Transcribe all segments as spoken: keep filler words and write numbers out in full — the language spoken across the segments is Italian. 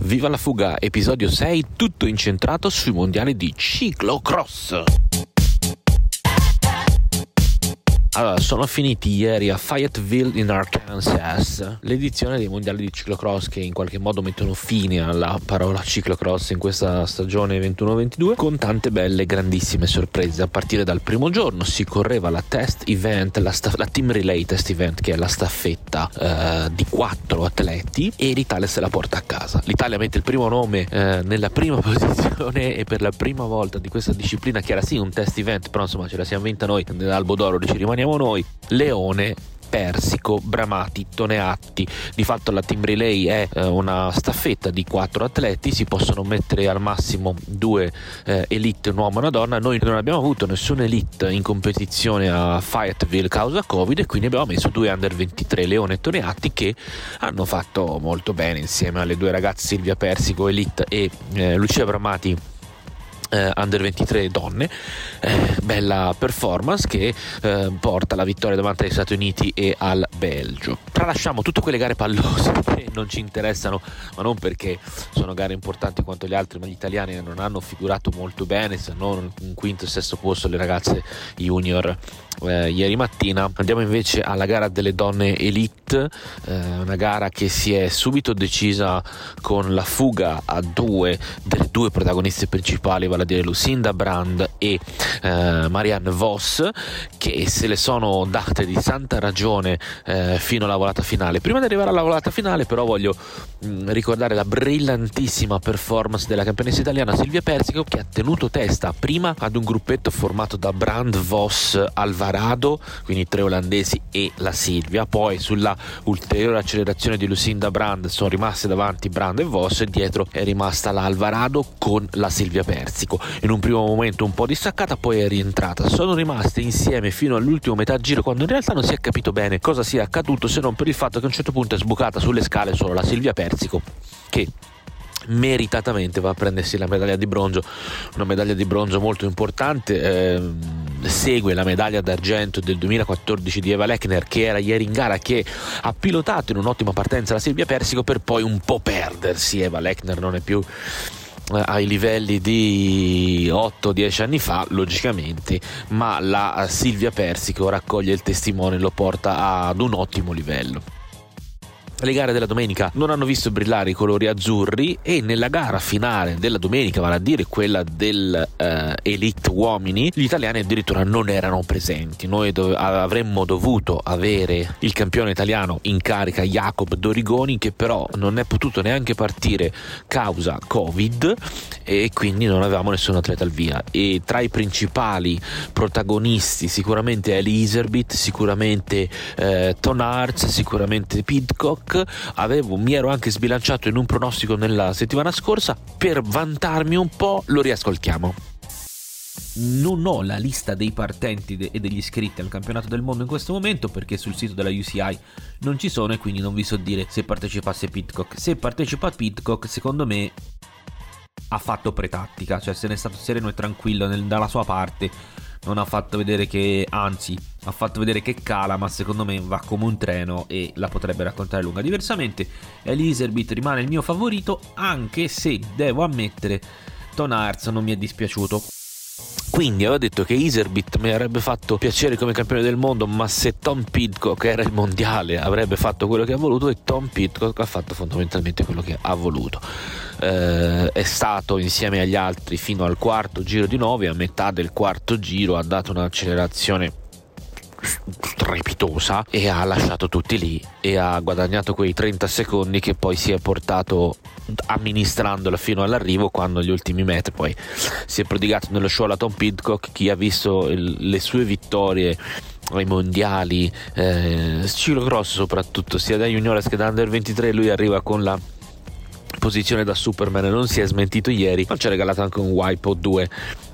Viva la fuga, episodio sei, tutto incentrato sui mondiali di ciclocross. Allora, sono finiti ieri a Fayetteville in Arkansas l'edizione dei mondiali di ciclocross che in qualche modo mettono fine alla parola ciclocross in questa stagione ventuno ventidue, con tante belle grandissime sorprese. A partire dal primo giorno si correva la test event, la, sta- la team relay test event, che è la staffetta eh, di quattro atleti, e l'Italia se la porta a casa. L'Italia mette il primo nome eh, nella prima posizione, e per la prima volta di questa disciplina, che era sì un test event, però insomma ce la siamo vinta noi nell'Albo d'Oro, ci rimaniamo noi. Leone, Persico, Bramati, Toneatti. Di fatto la team relay è eh, una staffetta di quattro atleti, si possono mettere al massimo due eh, elite, un uomo e una donna. Noi non abbiamo avuto nessun elite in competizione a Fayetteville causa Covid, e quindi abbiamo messo due under ventitré, Leone e Toneatti, che hanno fatto molto bene insieme alle due ragazze Silvia Persico elite e eh, Lucia Bramati Uh, under ventitré donne. Eh, bella performance che eh, porta alla vittoria davanti agli Stati Uniti e al Belgio. Tralasciamo tutte quelle gare pallose che non ci interessano, ma non perché sono gare importanti quanto le altre, ma gli italiani non hanno figurato molto bene, se non un quinto e sesto posto le ragazze junior eh, ieri mattina. Andiamo invece alla gara delle donne elite, eh, una gara che si è subito decisa con la fuga a due delle due protagoniste principali, vale a dire Lucinda Brand e eh, Marianne Vos, che se le sono date di santa ragione eh, fino alla volata finale. Prima di arrivare alla volata finale però voglio mh, ricordare la brillantissima performance della campionessa italiana Silvia Persico, che ha tenuto testa prima ad un gruppetto formato da Brand, Vos, Alvarado, quindi tre olandesi e la Silvia. Poi sulla ulteriore accelerazione di Lucinda Brand sono rimaste davanti Brand e Vos, e dietro è rimasta la Alvarado con la Silvia Persico. In un primo momento un po' distaccata, poi è rientrata. Sono rimaste insieme fino all'ultimo metà giro, quando in realtà non si è capito bene cosa sia accaduto, se non per il fatto che a un certo punto è sbucata sulle scale solo la Silvia Persico, che meritatamente va a prendersi la medaglia di bronzo, una medaglia di bronzo molto importante. Eh, segue la medaglia d'argento del duemilaquattordici di Eva Lechner, che era ieri in gara, che ha pilotato in un'ottima partenza la Silvia Persico per poi un po' perdersi. Eva Lechner non è più ai livelli di otto dieci anni fa, logicamente, ma la Silvia Persico raccoglie il testimone e lo porta ad un ottimo livello. Le gare della domenica non hanno visto brillare i colori azzurri, e nella gara finale della domenica, vale a dire quella del eh, Elite Uomini, gli italiani addirittura non erano presenti. Noi dove, avremmo dovuto avere il campione italiano in carica, Jacob Dorigoni, che però non è potuto neanche partire causa Covid, e quindi non avevamo nessun atleta al via. E tra i principali protagonisti sicuramente Ellie Iserbyt, sicuramente eh, Ton Aerts, sicuramente Pidcock. Avevo, mi ero anche sbilanciato in un pronostico nella settimana scorsa. Per vantarmi un po', lo riascoltiamo. Non ho la lista dei partenti de- e degli iscritti al campionato del mondo in questo momento, perché sul sito della U C I non ci sono, e quindi non vi so dire se partecipasse Pidcock. Se partecipa Pidcock, secondo me ha fatto pretattica, cioè se ne è stato sereno e tranquillo nel, dalla sua parte. Non ha fatto vedere che, anzi, ha fatto vedere che cala, ma secondo me va come un treno e la potrebbe raccontare lunga. Diversamente, Ellie Iserbyt rimane il mio favorito, anche se devo ammettere Ton Aerts non mi è dispiaciuto. Quindi avevo detto che Iserbyt mi avrebbe fatto piacere come campione del mondo, ma se Tom Pidcock era il mondiale avrebbe fatto quello che ha voluto, e Tom Pidcock ha fatto fondamentalmente quello che ha voluto. Eh, è stato insieme agli altri fino al quarto giro di nove. A metà del quarto giro ha dato un'accelerazione strepitosa e ha lasciato tutti lì, e ha guadagnato quei trenta secondi che poi si è portato amministrandola fino all'arrivo, quando gli ultimi metri poi si è prodigato nello show alla Tom Pidcock. Chi ha visto il, le sue vittorie ai mondiali eh, ciclocross soprattutto, sia da juniores che da under ventitré, lui arriva con la posizione da Superman e non si è smentito ieri, ma ci ha regalato anche un wipe o due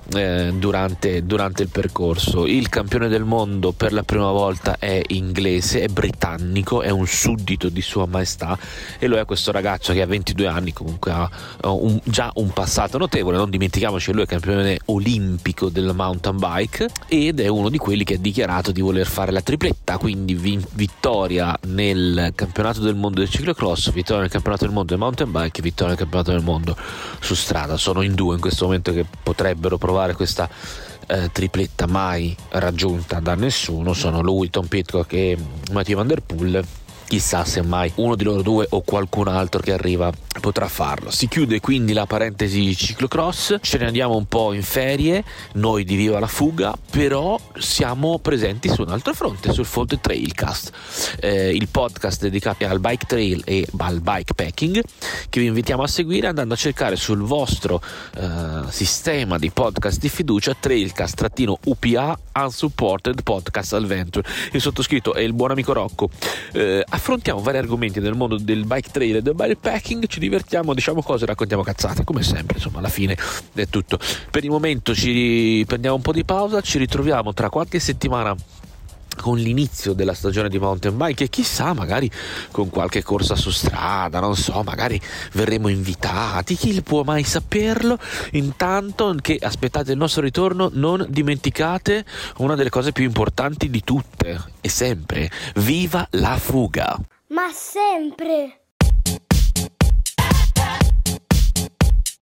eh, durante, durante il percorso. Il campione del mondo per la prima volta è inglese, è britannico, è un suddito di Sua Maestà, e lo è questo ragazzo che ha ventidue anni, comunque ha un, già un passato notevole. Non dimentichiamoci che lui è campione olimpico del mountain bike ed è uno di quelli che ha dichiarato di voler fare la tripletta, quindi vi, vittoria nel campionato del mondo del ciclocross, vittoria nel campionato del mondo del mountain bike e vittoria nel campionato del mondo su strada. Sono in due in questo momento che potrebbero provare questa eh, tripletta mai raggiunta da nessuno. Sono lui, Tom Pidcock e Mathieu Van Der Poel. Chissà se mai uno di loro due o qualcun altro che arriva potrà farlo. Si chiude quindi la parentesi ciclocross, ce ne andiamo un po' in ferie noi di Viva la Fuga, però siamo presenti su un altro fronte, sul fronte Trailcast, eh, il podcast dedicato al bike trail e al bikepacking, che vi invitiamo a seguire andando a cercare sul vostro eh, sistema di podcast di fiducia Trailcast-U P A Unsupported Podcast Adventure. Il sottoscritto è il buon amico Rocco. eh, affrontiamo vari argomenti del mondo del bike trail e del bikepacking, ci divertiamo, diciamo cose, raccontiamo cazzate, come sempre. Insomma, alla fine è tutto. Per il momento ci prendiamo un po' di pausa, ci ritroviamo tra qualche settimana con l'inizio della stagione di mountain bike e chissà, magari con qualche corsa su strada, non so, magari verremo invitati, chi può mai saperlo. Intanto che aspettate il nostro ritorno, non dimenticate una delle cose più importanti di tutte e sempre: viva la fuga! Ma sempre!